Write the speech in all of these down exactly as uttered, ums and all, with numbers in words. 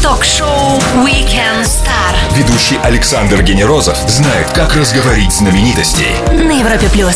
Ток-шоу Weekend Star. Ведущий Александр Генерозов знает, как разговорить знаменитостей. На Европе плюс.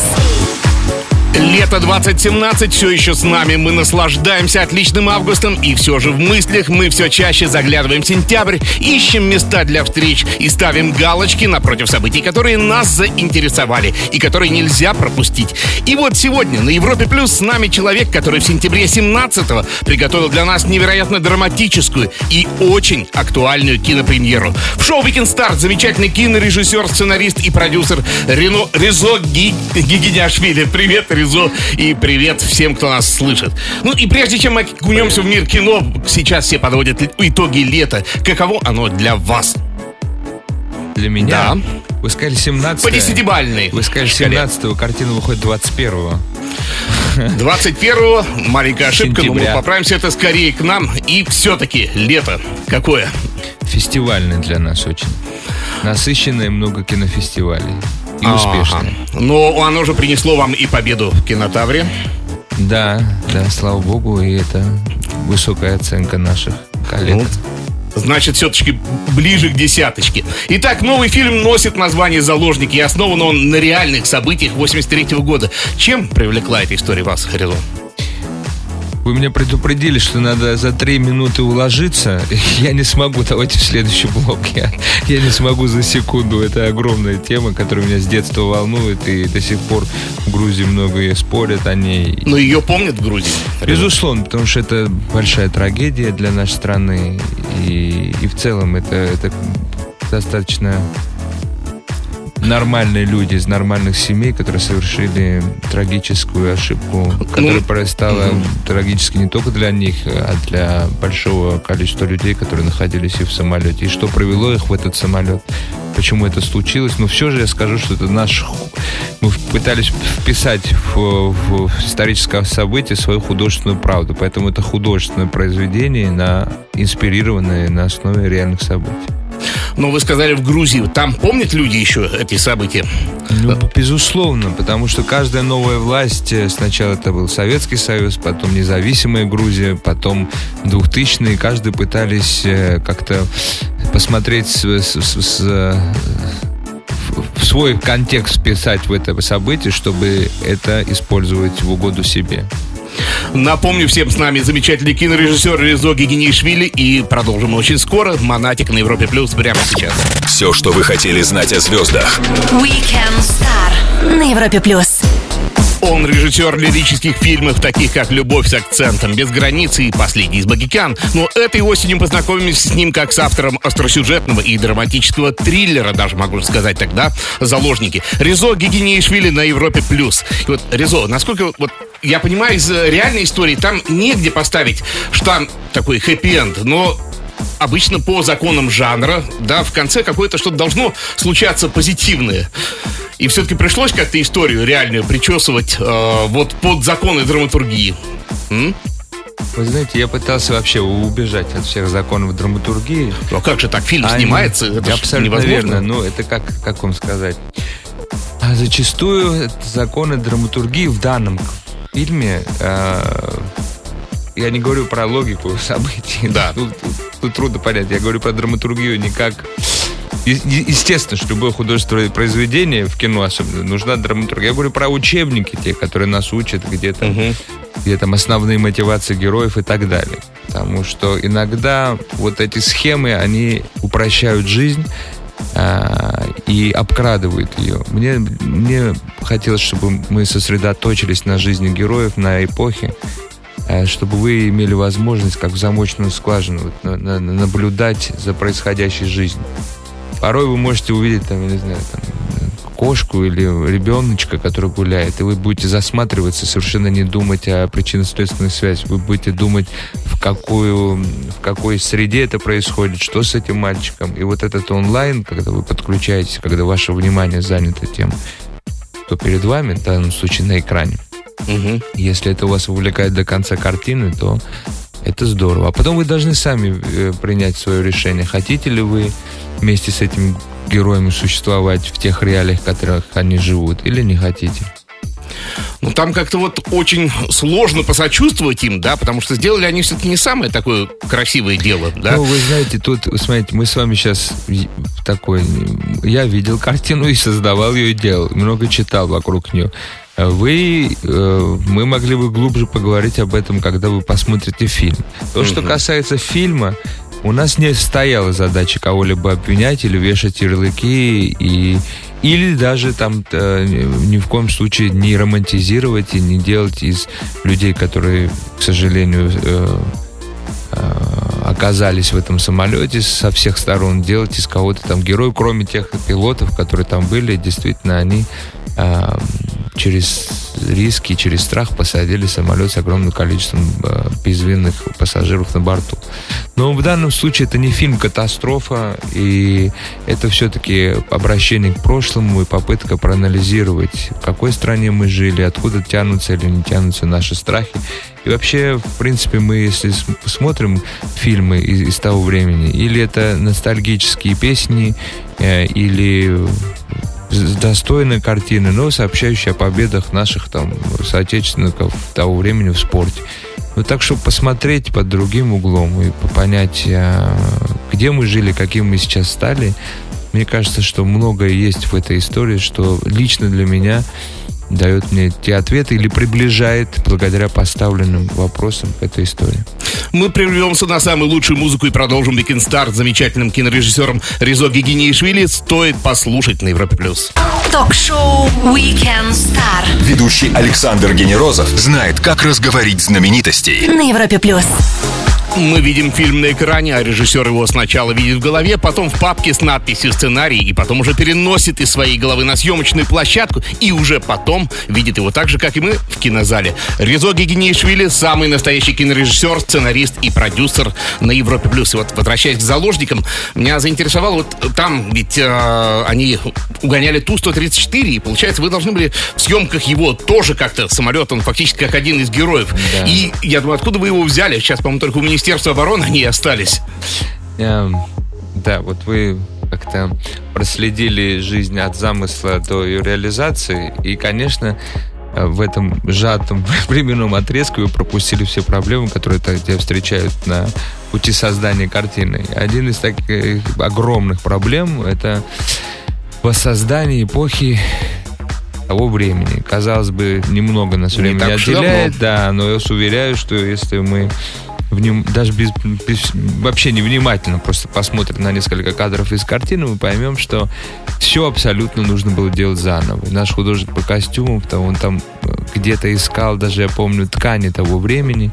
Лето двадцать семнадцать все еще с нами. Мы наслаждаемся отличным августом. И все же в мыслях мы все чаще заглядываем в сентябрь, ищем места для встреч и ставим галочки напротив событий, которые нас заинтересовали и которые нельзя пропустить. И вот сегодня на Европе плюс с нами человек, который в сентябре семнадцатого приготовил для нас невероятно драматическую и очень актуальную кинопремьеру. В шоу Weekend Star замечательный кинорежиссер, сценарист и продюсер Рено, Резо Ги, Гигиняшвили. Привет, Резо. И привет всем, кто нас слышит. Ну и прежде чем мы окунемся в мир кино, сейчас все подводят итоги лета. Каково оно для вас? Для меня? Да. Вы сказали семнадцатое. По десятибалльной. Вы сказали семнадцатого, картина выходит двадцать первого. двадцать первого, маленькая ошибка, Сентября. но мы поправимся, это скорее к нам. И все-таки лето какое? Фестивальный для нас очень. Насыщенное, много кинофестивалей. И Ага. успешное. Но оно же принесло вам и победу в Кинотавре. Да, да, слава богу, и это высокая оценка наших коллег. Ну, значит, все-таки ближе к десяточке. Итак, новый фильм носит название «Заложники», и основан он на реальных событиях восемьдесят третьего года. Чем привлекла эта история вас, Резо? Вы меня предупредили, что надо за три минуты уложиться. Я не смогу, давайте в следующий блок. Я, я не смогу за секунду. Это огромная тема, которая меня с детства волнует. И до сих пор в Грузии многие спорят о ней. Но ее помнят в Грузии? Безусловно, потому что это большая трагедия для нашей страны. И, и в целом это, это достаточно нормальные люди из нормальных семей, которые совершили трагическую ошибку, которая Ну, стала угу. трагически не только для них, а для большого количества людей, которые находились и в самолете. И что привело их в этот самолет, почему это случилось. Но все же я скажу, что это наш... Мы пытались вписать в, в, в историческое событие свою художественную правду. Поэтому это художественное произведение, на, инспирированное на основе реальных событий. Но вы сказали в Грузии. Там помнят люди еще эти события? Ну, безусловно, потому что каждая новая власть, сначала это был Советский Союз, потом независимая Грузия, потом двухтысячные, каждый пытались как-то посмотреть с, с, с, в свой контекст, вписать в это событие, чтобы это использовать в угоду себе. Напомню всем, с нами замечательный кинорежиссер Резо Гигиняшвили. И продолжим очень скоро. Монатик на Европе Плюс прямо сейчас. Все, что вы хотели знать о звездах. Weekend Star. На Европе плюс. Он режиссер лирических фильмов, таких как «Любовь с акцентом», «Без границ» и «Последний из могикан». Но этой осенью познакомились с ним как с автором остросюжетного и драматического триллера, даже могу сказать тогда, «Заложники». Резо Гигиняшвили на Европе плюс. И вот, Резо, насколько вот я понимаю, из реальной истории там негде поставить штамп такой хэппи-энд, но обычно по законам жанра, да, в конце какое-то что-то должно случаться позитивное. И все-таки пришлось как-то историю реальную причесывать э, вот под законы драматургии. М? Вы знаете, я пытался вообще убежать от всех законов драматургии. А как же так фильм Они... снимается? Это ж абсолютно невозможно. верно. Ну, это как, как вам сказать? А зачастую законы драматургии в данном фильме... Э, я не говорю про логику событий. Да. Тут, тут, тут трудно понять. Я говорю про драматургию не как... Естественно, что любое художественное произведение, в кино особенно, нужна драматургия. Я говорю про учебники, те, которые нас учат, где там, Угу. где там основные мотивации героев и так далее. Потому что иногда вот эти схемы, они упрощают жизнь а, и обкрадывают ее. Мне, мне хотелось, чтобы мы сосредоточились на жизни героев, на эпохе, чтобы вы имели возможность, как в замочную скважину, на, на, наблюдать за происходящей жизнью. Порой вы можете увидеть, там, я не знаю, там, кошку или ребеночка, который гуляет, и вы будете засматриваться, совершенно не думать о причинно-следственной связи. Вы будете думать, в какую, в какой среде это происходит, что с этим мальчиком. И вот этот онлайн, когда вы подключаетесь, когда ваше внимание занято тем, что перед вами, в данном случае на экране, Угу. если это вас увлекает до конца картины, то это здорово. А потом вы должны сами э, принять свое решение. Хотите ли вы вместе с этими героями существовать в тех реалиях, в которых они живут, или не хотите? Ну, там как-то вот очень сложно посочувствовать им, да, потому что сделали они все-таки не самое такое красивое дело, да. Ну, вы знаете, тут, смотрите, мы с вами сейчас такой... Я видел картину и создавал ее, и делал. Много читал вокруг нее. Вы, э, мы могли бы глубже поговорить об этом, когда вы посмотрите фильм. То, mm-hmm. что касается фильма, у нас не стояла задача кого-либо обвинять или вешать ярлыки, и, или даже там э, ни в коем случае не романтизировать и не делать из людей, которые, к сожалению, э, э, оказались в этом самолете со всех сторон, делать из кого-то там героя, кроме тех пилотов, которые там были, действительно, они э, через риски, через страх посадили самолет с огромным количеством э, безвинных пассажиров на борту. Но в данном случае это не фильм «Катастрофа», и это все-таки обращение к прошлому и попытка проанализировать, в какой стране мы жили, откуда тянутся или не тянутся наши страхи. И вообще, в принципе, мы, если смотрим фильмы из, из того времени, или это ностальгические песни, э, или достойные картины, но сообщающие о победах наших там соотечественников того времени в спорте. Ну, так, чтобы посмотреть под другим углом и понять, где мы жили, каким мы сейчас стали, мне кажется, что многое есть в этой истории, что лично для меня дает мне те ответы или приближает благодаря поставленным вопросам к этой истории. Мы прервемся на самую лучшую музыку и продолжим Weekend Star с замечательным кинорежиссером Резо Гигинеишвили. Стоит послушать на Европе+. Ток-шоу Weekend Star. Ведущий Александр Генерозов знает, как разговорить знаменитостей. На Европе+. Мы видим фильм на экране, а режиссер его сначала видит в голове, потом в папке с надписью «Сценарий», и потом уже переносит из своей головы на съемочную площадку, и уже потом видит его так же, как и мы, в кинозале. Резо Гигинеишвили — самый настоящий кинорежиссер, сценарист и продюсер на Европе+. И вот, возвращаясь к «Заложникам», меня заинтересовало, вот там ведь э, они угоняли Ту сто тридцать четыре, и, получается, вы должны были в съемках его тоже как-то, самолет, он фактически как один из героев. Да. И я думаю, откуда вы его взяли? Сейчас, по-моему, только у Министерства Министерство обороны они и остались. Yeah. Да, вот вы как-то проследили жизнь от замысла до ее реализации, и, конечно, в этом сжатом временном отрезке вы пропустили все проблемы, которые тебя встречают на пути создания картины. Один из таких огромных проблем — это воссоздание эпохи того времени. Казалось бы, немного нас времени не отделяет, да, но я вас уверяю, что если мы Вним, даже без, без, вообще невнимательно просто посмотрим на несколько кадров из картины, мы поймем, что все абсолютно нужно было делать заново. Наш художник по костюмам, он там где-то искал, даже я помню, ткани того времени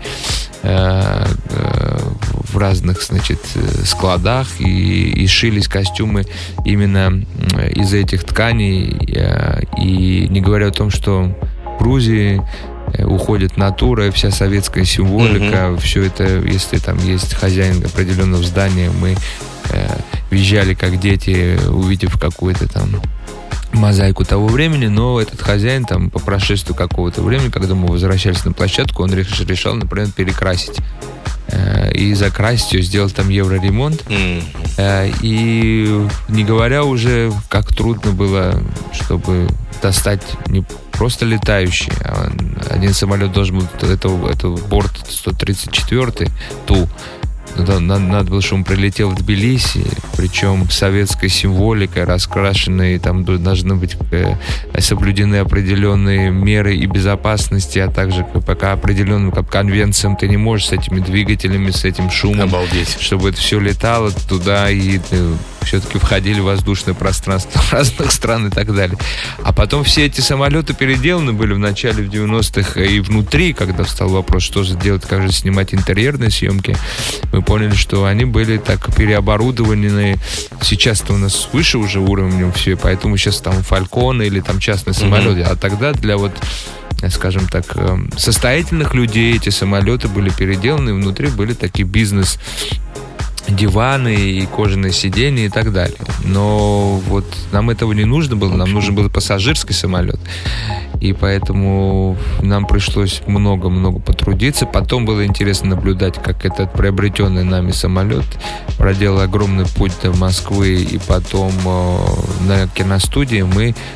э, э, в разных, значит, складах, и, и шились костюмы именно из этих тканей, э, и не говоря о том, что в Грузии уходит натура, вся советская символика, mm-hmm. все это, если там есть хозяин определенного здания, мы э, въезжали как дети, увидев какую-то там мозаику того времени, но этот хозяин там по прошествию какого-то времени, когда мы возвращались на площадку, он решил, например, перекрасить э, и закрасить ее, сделать там евроремонт. Mm-hmm. Э, и не говоря уже, как трудно было, чтобы достать не просто летающий, а один самолет должен был, это, это борт сто тридцать четыре Ту, надо было, чтобы он прилетел в Тбилиси, причем советской символикой, раскрашенной, там должны быть э, соблюдены определенные меры и безопасности, а также пока определенным как конвенциям ты не можешь с этими двигателями, с этим шумом, обалдеть, чтобы это все летало туда и э, все-таки входили в воздушное пространство разных стран и так далее. А потом все эти самолеты переделаны были в начале в девяностых, и внутри, когда встал вопрос, что же делать, как же снимать интерьерные съемки, мы поняли, что они были так переоборудованы. Сейчас-то у нас выше уже уровнем все, поэтому сейчас там фальконы или там частные самолеты. Mm-hmm. А тогда для вот, скажем так, состоятельных людей эти самолеты были переделаны, и внутри были такие бизнес диваны и кожаные сиденья и так далее. Но вот нам этого не нужно было, нам нужен был пассажирский самолет. И поэтому нам пришлось много-много потрудиться. Потом было интересно наблюдать, как этот приобретенный нами самолет проделал огромный путь до Москвы, и потом э, на киностудии мы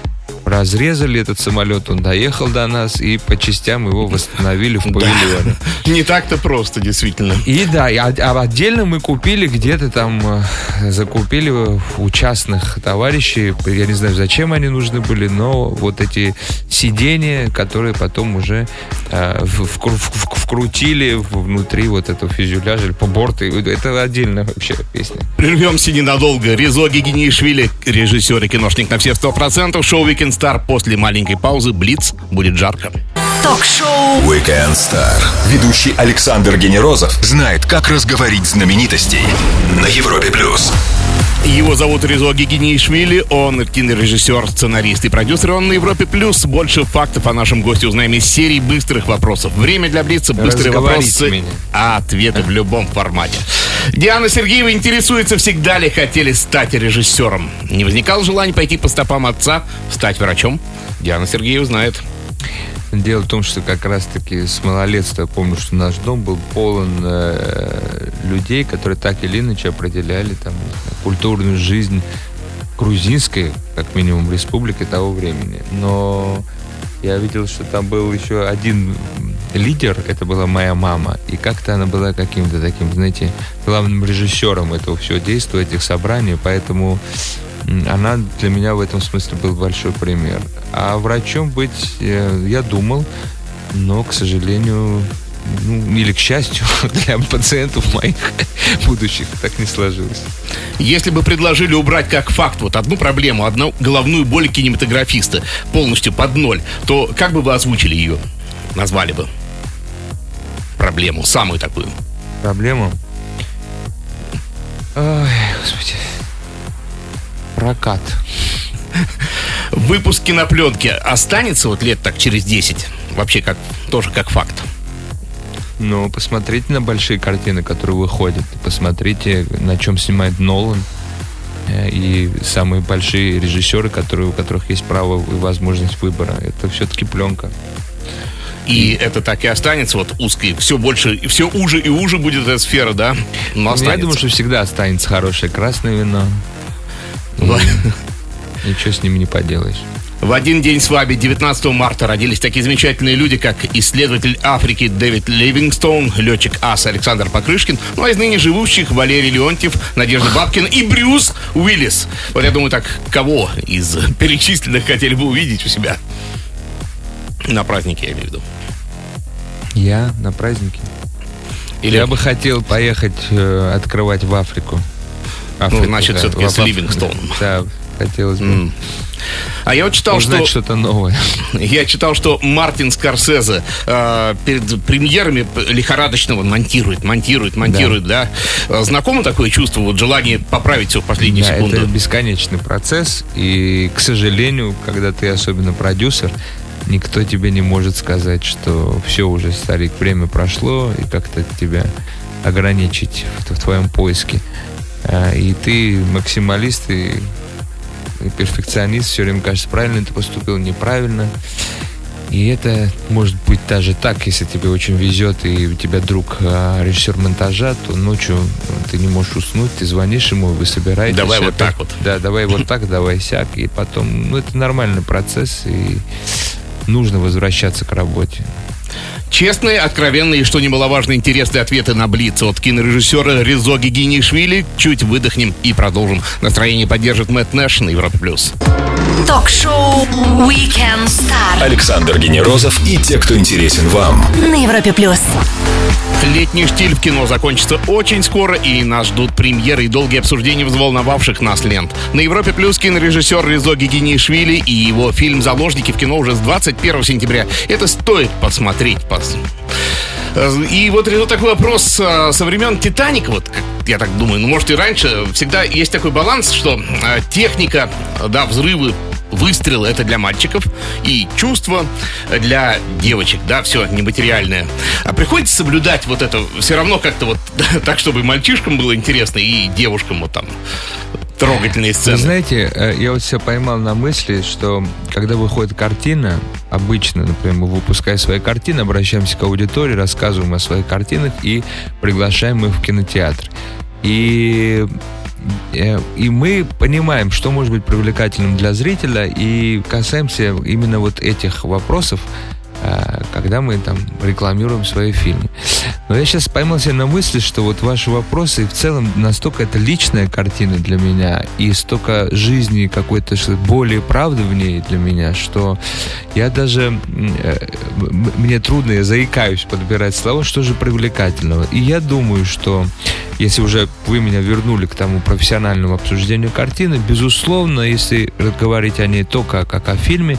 разрезали этот самолет, он доехал до нас, и по частям его восстановили в павильоне. Да. Не так-то просто, действительно. И да, и, а отдельно мы купили где-то там, закупили у частных товарищей, я не знаю, зачем они нужны были, но вот эти сиденья, которые потом уже э, вкру- вкрутили внутри вот этого фюзеляжа, по борту, это отдельная вообще песня. Прервемся ненадолго. Резо Гигинеишвили, режиссер и киношник на все сто процентов. Шоу Weekend Star. После маленькой паузы Блиц. Будет жарко. Ток-шоу Weekend Star. Ведущий Александр Генерозов знает, как разговорить знаменитостей на Европе+. Его зовут Резо Гигинеишвили. Он кинорежиссер, сценарист и продюсер. Он на Европе+. Больше фактов о нашем госте узнаем из серии быстрых вопросов. Время для Блица. Быстрые вопросы, меня. А ответы в любом формате. Диана Сергеева интересуется, всегда ли хотели стать режиссером. Не возникало желания пойти по стопам отца, стать врачом? Диана Сергеева знает. Дело в том, что как раз-таки с малолетства я помню, что наш дом был полон э, людей, которые так или иначе определяли там культурную жизнь грузинской, как минимум, республики того времени. Но я видел, что там был еще один лидер, это была моя мама, и как-то она была каким-то таким, знаете, главным режиссером этого всего действия, этих собраний, поэтому она для меня в этом смысле был большой пример. А врачом быть я, я думал, но, к сожалению, ну, или к счастью для пациентов моих будущих, так не сложилось. Если бы предложили убрать как факт вот одну проблему, одну головную боль кинематографиста полностью под ноль, то как бы вы озвучили ее? Назвали бы проблему, самую такую. Проблему? Ой, господи. Прокат. Выпуск кинопленки останется вот лет так через десять? Вообще как, тоже как факт. Ну, посмотрите на большие картины, которые выходят. Посмотрите, на чем снимает Нолан. И самые большие режиссеры, которые, у которых есть право и возможность выбора. Это все-таки пленка. И это так и останется, вот узкой, все больше, все уже и уже будет эта сфера, да? Но останется. Я думаю, что всегда останется хорошее красное вино. Ничего с ними не поделаешь. В один день с вами, девятнадцатого марта, родились такие замечательные люди, как исследователь Африки Дэвид Ливингстоун, летчик ас Александр Покрышкин, ну а из ныне живущих Валерий Леонтьев, Надежда Бабкина и Брюс Уиллис. Вот я думаю, так, кого из перечисленных хотели бы увидеть у себя на празднике, я имею в виду? Я на празднике? Или... Я бы хотел поехать э, открывать в Африку. Африку, ну, значит, да, все-таки с Ливингстоуном. Да, хотелось бы. Mm. А я вот читал, узнать что... что-то новое. Я читал, что Мартин Скорсезе э, перед премьерами лихорадочно монтирует, монтирует, монтирует, да. да? Знакомо такое чувство, вот желание поправить все в последнюю да, секунду? Это бесконечный процесс, и, к сожалению, когда ты особенно продюсер, никто тебе не может сказать, что все уже, старик, время прошло, и как-то тебя ограничить в, в твоем поиске. И ты максималист и, и перфекционист, все время кажется, правильно ты поступил, неправильно. И это может быть даже так, если тебе очень везет, и у тебя друг режиссер монтажа, то ночью ты не можешь уснуть, ты звонишь ему, вы собираетесь. Давай вот опять, так вот. Да, давай вот так, давай сяк. И потом, ну, это нормальный процесс, и нужно возвращаться к работе. Честные, откровенные и, что немаловажно, интересные ответы на блиц от кинорежиссера Резо Гигинеишвили. Чуть выдохнем и продолжим. Настроение поддержит Мэтт Нэш на Европе+. Ток-шоу Weekend Star. Александр Генерозов и те, кто интересен вам. На Европе+. Летний штиль в кино закончится очень скоро, и нас ждут премьеры и долгие обсуждения взволновавших нас лент. На Европе Плюс кинорежиссер Резо Гигинеишвили и его фильм «Заложники» в кино уже с двадцать первого сентября. Это стоит посмотреть. И вот Резо, такой вопрос со времен «Титаника», вот, я так думаю, ну, может, и раньше, всегда есть такой баланс, что техника, да, взрывы, выстрелы — это для мальчиков, и чувства для девочек, да, все нематериальное. А приходится соблюдать вот это все равно как-то вот так, чтобы и мальчишкам было интересно, и девушкам вот там трогательные сцены. Вы знаете, я вот себя поймал на мысли, что когда выходит картина, обычно, например, мы, выпуская свои картины, обращаемся к аудитории, рассказываем о своих картинах и приглашаем их в кинотеатр. И И мы понимаем, что может быть привлекательным для зрителя, и касаемся именно вот этих вопросов, когда мы там рекламируем свои фильмы. Но я сейчас поймался на мысли, что вот ваши вопросы, и в целом настолько это личная картина для меня, и столько жизни какой-то более правды в ней для меня, что я даже, мне трудно, я заикаюсь подбирать слова, что же привлекательного. И я думаю, что если уже вы меня вернули к тому профессиональному обсуждению картины, безусловно, если говорить о ней только как о фильме,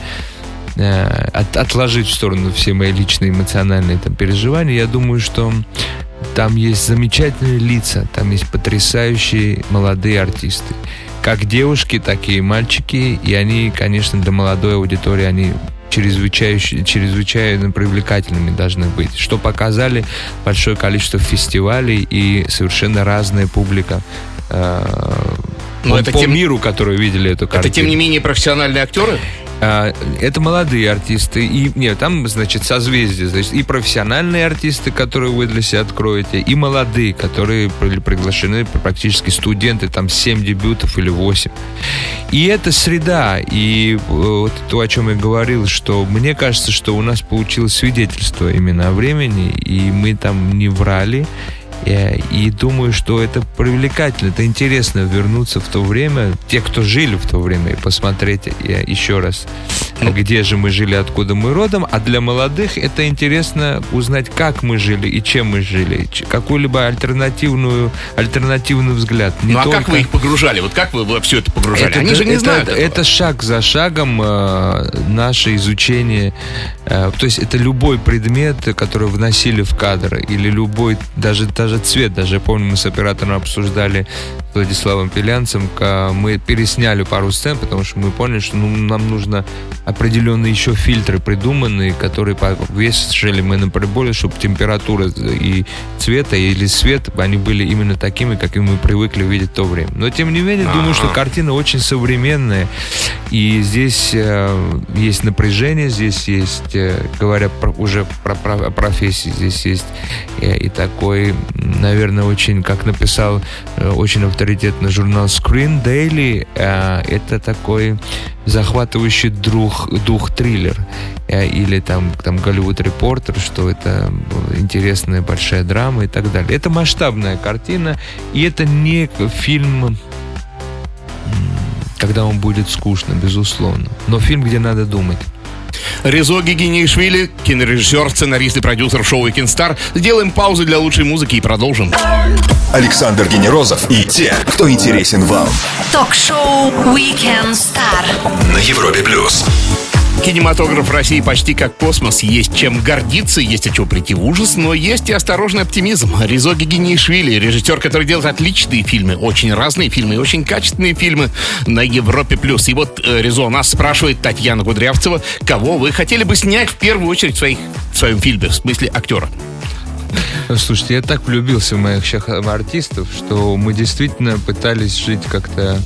От, отложить в сторону все мои личные эмоциональные там переживания, я думаю, что там есть замечательные лица, там есть потрясающие молодые артисты, как девушки, так и мальчики, и они, конечно, для молодой аудитории они чрезвычайно, чрезвычайно привлекательными должны быть, что показали большое количество фестивалей и совершенно разная публика Но по, это по тем... миру, которые видели эту картину. Это, тем не менее, профессиональные актеры? Это молодые артисты. И нет, там, значит, созвездие. Значит, и профессиональные артисты, которые вы для себя откроете, и молодые, которые были приглашены, практически студенты, там семь дебютов или восемь. И это среда. И вот то, о чем я говорил, что мне кажется, что у нас получилось свидетельство именно о времени, и мы там не врали. И думаю, что это привлекательно, это интересно вернуться в то время, те, кто жили в то время, и посмотреть еще раз, где же мы жили, откуда мы родом. А для молодых это интересно узнать, как мы жили и чем мы жили, какую-либо альтернативную, альтернативный взгляд. Не ну а только... как вы их погружали? Вот как вы во все это погружали? Это, Они же не это, знают это, этого. Это шаг за шагом э, наше изучение. Э, то есть это любой предмет, который вносили в кадр, или любой, даже, даже цвет. Даже я помню, мы с оператором обсуждали с Владиславом Пелянцем, мы пересняли пару сцен, потому что мы поняли, что ну, нам нужно определенные еще фильтры придуманные, которые повесили мы на приборе, чтобы температура и цвета или свет, они были именно такими, какими мы привыкли видеть в то время. Но тем не менее, думаю, что картина очень современная, и здесь э, есть напряжение, здесь есть, э, говоря про, уже про, про профессии, здесь есть э, и такой, наверное, очень, как написал э, очень авторитетный журнал Screen Daily, э, это такой захватывающий дух, дух триллер, э, или там, там Голливуд Репортер, что это интересная большая драма и так далее. Это масштабная картина, и это не фильм, когда он будет скучно, безусловно, но фильм, где надо думать. Резо Гигинеишвили, кинорежиссер, сценарист и продюсер шоу Weekend Star. Сделаем паузу для лучшей музыки и продолжим. Александр Генерозов и те, кто интересен вам. Ток-шоу Weekend Star На Европе плюс. Кинематограф России почти как космос. Есть чем гордиться, есть от чего прийти в ужас, но есть и осторожный оптимизм. Резо Гигинеишвили, режиссер, который делает отличные фильмы, очень разные фильмы и очень качественные фильмы на Европе плюс. И вот Резо нас спрашивает Татьяна Кудрявцева, кого вы хотели бы снять в первую очередь в, своих, в своем фильме, в смысле актера. Слушайте, я так влюбился в моих артистов, что мы действительно пытались жить как-то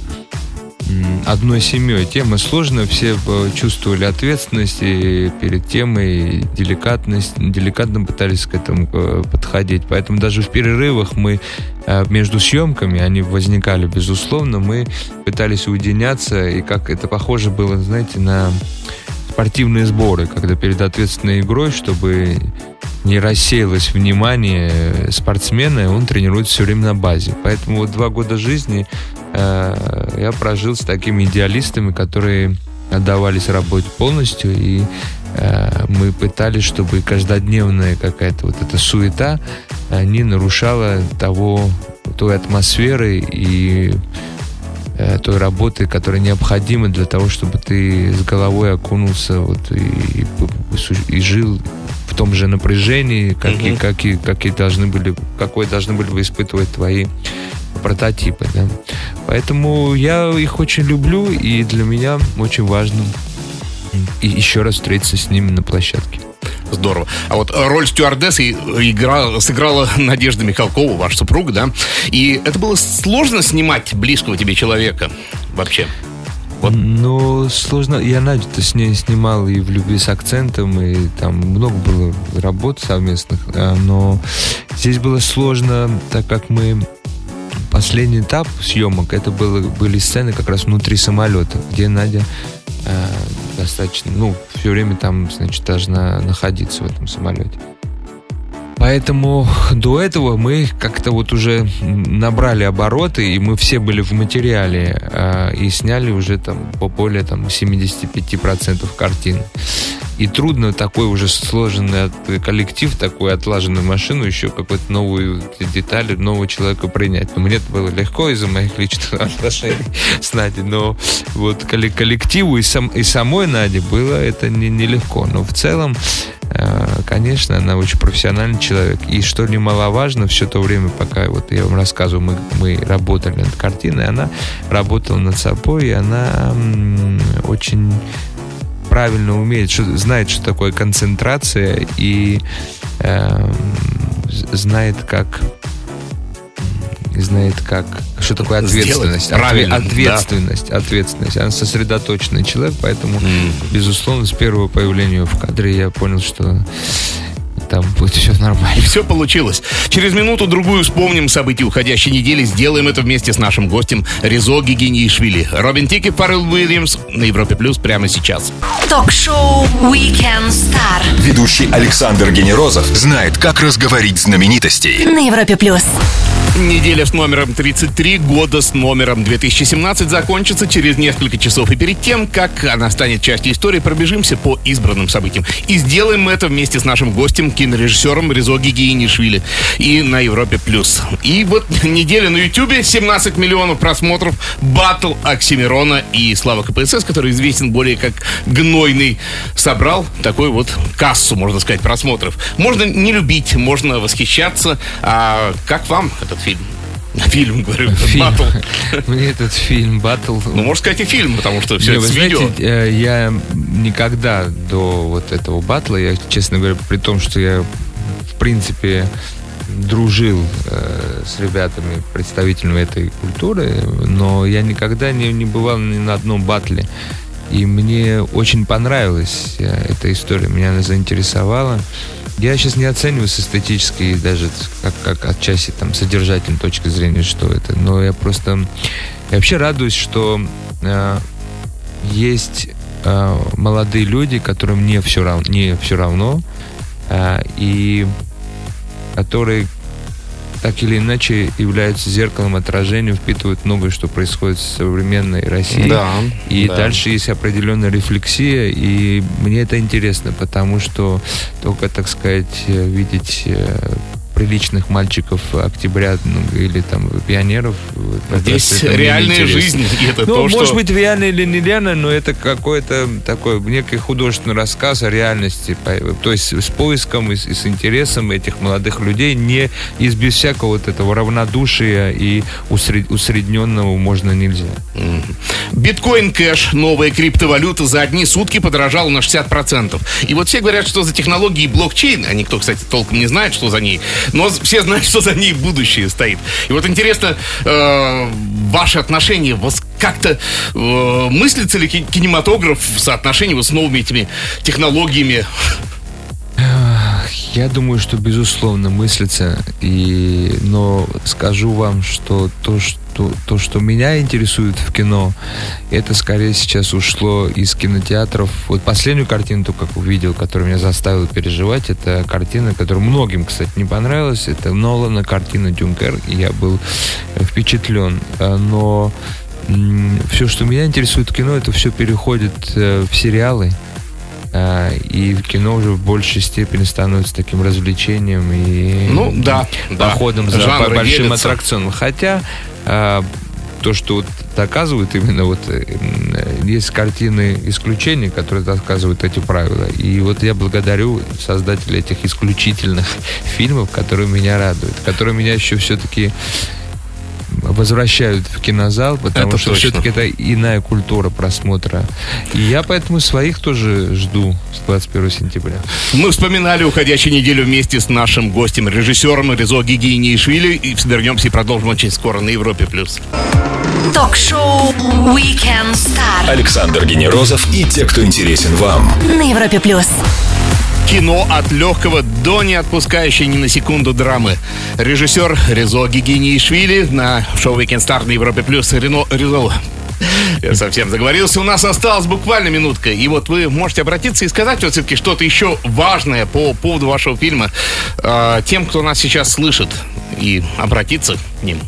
одной семьей. Тема сложная, все чувствовали ответственность и перед темой, деликатность, деликатно пытались к этому подходить. Поэтому даже в перерывах мы между съемками, они возникали, безусловно, мы пытались уединяться, и как это похоже было, знаете, на спортивные сборы, когда перед ответственной игрой, чтобы не рассеялось внимание спортсмена, он тренируется все время на базе. Поэтому вот два года жизни э, я прожил с такими идеалистами, которые отдавались работе полностью, и э, мы пытались, чтобы каждодневная какая-то вот эта суета э, не нарушала того, той атмосферы и э, той работы, которая необходима для того, чтобы ты с головой окунулся вот, и, и, и жил в том же напряжении, как, uh-huh. и, как, и, как и должны были, какое должны были бы испытывать твои прототипы. Да? Поэтому я их очень люблю, и для меня очень важно и еще раз встретиться с ними на площадке. Здорово. А вот роль стюардессы игра, сыграла Надежда Михалкова, ваш супруг, да? И это было сложно снимать близкого тебе человека вообще? Вот. Ну, сложно. Я Надю-то с ней снимал и в «Любви с акцентом», и там много было работ совместных, но здесь было сложно, так как мы последний этап съемок, это было, были сцены как раз внутри самолета, где Надя э, достаточно, ну, все время там, значит, должна находиться в этом самолете. Поэтому до этого мы как-то вот уже набрали обороты, и мы все были в материале, э, и сняли уже там по более там, семьдесят пять процентов картин. И трудно такой уже сложенный коллектив, такую отлаженную машину, еще какую-то новую деталь, нового человека принять. Но мне это было легко из-за моих личных отношений с Надей. Но вот коллективу и, сам, и самой Наде было это нелегко. Не Но в целом, конечно, она очень профессиональный человек. И что немаловажно, все то время, пока вот я вам рассказываю, мы, мы работали над картиной, она работала над собой, и она м- очень правильно умеет, что, знает, что такое концентрация, и э, знает, как знает, как что такое ответственность. Правильно, ответственность, да. ответственность. Она сосредоточенный человек, поэтому, mm. безусловно, с первого появления в кадре я понял, что там будет все нормально. И все получилось. Через минуту-другую вспомним события уходящей недели. Сделаем это вместе с нашим гостем Резо Гигинеишвили. Робин Тик и Фаррелл Уильямс на Европе Плюс прямо сейчас. Ток-шоу Weekend Star. Ведущий Александр Генерозов знает, как разговорить знаменитостей. На Европе Плюс. Неделя с номером тридцать три, года с номером две тысячи семнадцать закончится через несколько часов. И перед тем, как она станет частью истории, пробежимся по избранным событиям. И сделаем это вместе с нашим гостем, кинорежиссером Резо Гигинеишвили. И на Европе Плюс. И вот неделя на Ютубе, семнадцать миллионов просмотров, баттл Оксимирона и Слава КПСС, который известен более как Гнойный, собрал такой вот кассу, можно сказать, просмотров. Можно не любить, можно восхищаться. А как вам этот фильм? Фильм, говорю, фильм. Баттл. Мне этот фильм Баттл. Ну, можно сказать, и фильм, потому что все не, это с вы видео. знаете, я никогда до вот этого баттла, я, честно говоря, при том, что я, в принципе, дружил э, с ребятами, представителями этой культуры, но я никогда не, не бывал ни на одном баттле. И мне очень понравилась эта история, меня она заинтересовала. Я сейчас не оцениваю с эстетической, даже как, как отчасти там содержательной точки зрения, что это, но я просто я вообще радуюсь, что э, есть э, молодые люди, которым не все равно, не все равно э, и которые так или иначе являются зеркалом отражения, впитывают многое, что происходит в современной России. Да, и да. дальше есть определенная рефлексия, и мне это интересно, потому что только, так сказать, видеть приличных мальчиков октября, ну, или там пионеров. Здесь реальная жизнь. И это ну, то, может что... быть, реально или нереально, но это какой-то такой некий художественный рассказ о реальности. То есть с поиском и с, и с интересом этих молодых людей, не из без всякого вот этого равнодушия и усред, усредненного можно нельзя. Mm-hmm. Биткоин Кэш, новая криптовалюта, за одни сутки подорожала на шестьдесят процентов. И вот все говорят, что за технологией блокчейн, а никто, кстати, толком не знает, что за ней, но все знают, что за ней будущее стоит. И вот интересно, э, ваши отношения, вот как-то э, мыслится ли кинематограф в соотношении вот с новыми этими технологиями? Я думаю, что безусловно мыслится, и, но скажу вам, что то, что то, что меня интересует в кино, это скорее сейчас ушло из кинотеатров. Вот последнюю картину, только как увидел, которая меня заставила переживать, это картина, которая многим, кстати, не понравилась. Это Нолана картина «Дюнкерк», и я был впечатлен. Но все, что меня интересует в кино, это все переходит в сериалы. И кино уже в большей степени становится таким развлечением и ну, да, походом да. за Жанры большим делятся. аттракционом. Хотя а, то, что вот доказывают именно вот есть картины исключений, которые доказывают эти правила. И вот я благодарю создателей этих исключительных фильмов, которые меня радуют, которые меня еще все-таки возвращают в кинозал, потому это что точно. все-таки это иная культура просмотра. И я поэтому своих тоже жду с двадцать первого сентября. Мы вспоминали уходящую неделю вместе с нашим гостем, режиссером Резо Гигинеишвили. И вернемся и продолжим очень скоро на Европе+. Ток-шоу Weekend Star. Александр Генерозов и те, кто интересен вам. На Европе+. Кино от легкого до не отпускающей ни на секунду драмы. Режиссер Резо Гигинеишвили на шоу Weekend Star на Европе Плюс. Рено Резо. Я совсем заговорился. У нас осталась буквально минутка. И вот вы можете обратиться и сказать вот все-таки что-то еще важное по поводу вашего фильма э, тем, кто нас сейчас слышит, и обратиться к ним.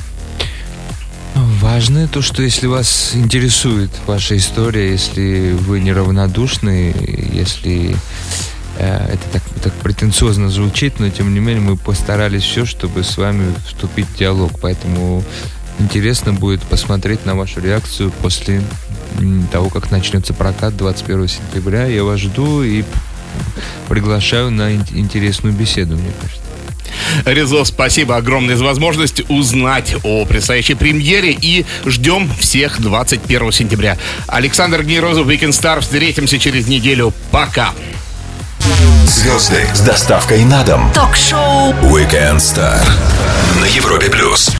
Важно то, что если вас интересует ваша история, если вы неравнодушны, если э, это так, так претенциозно звучит, но тем не менее мы постарались все, чтобы с вами вступить в диалог. Поэтому интересно будет посмотреть на вашу реакцию после того, как начнется прокат двадцать первого сентября. Я вас жду и приглашаю на интересную беседу, мне кажется. Резо, спасибо огромное за возможность узнать о предстоящей премьере, и ждем всех двадцать первого сентября. Александр Генерозов, Weekend Star. Встретимся через неделю. Пока. Звезды с доставкой на дом. Ток-шоу Weekend Star на Европе Плюс.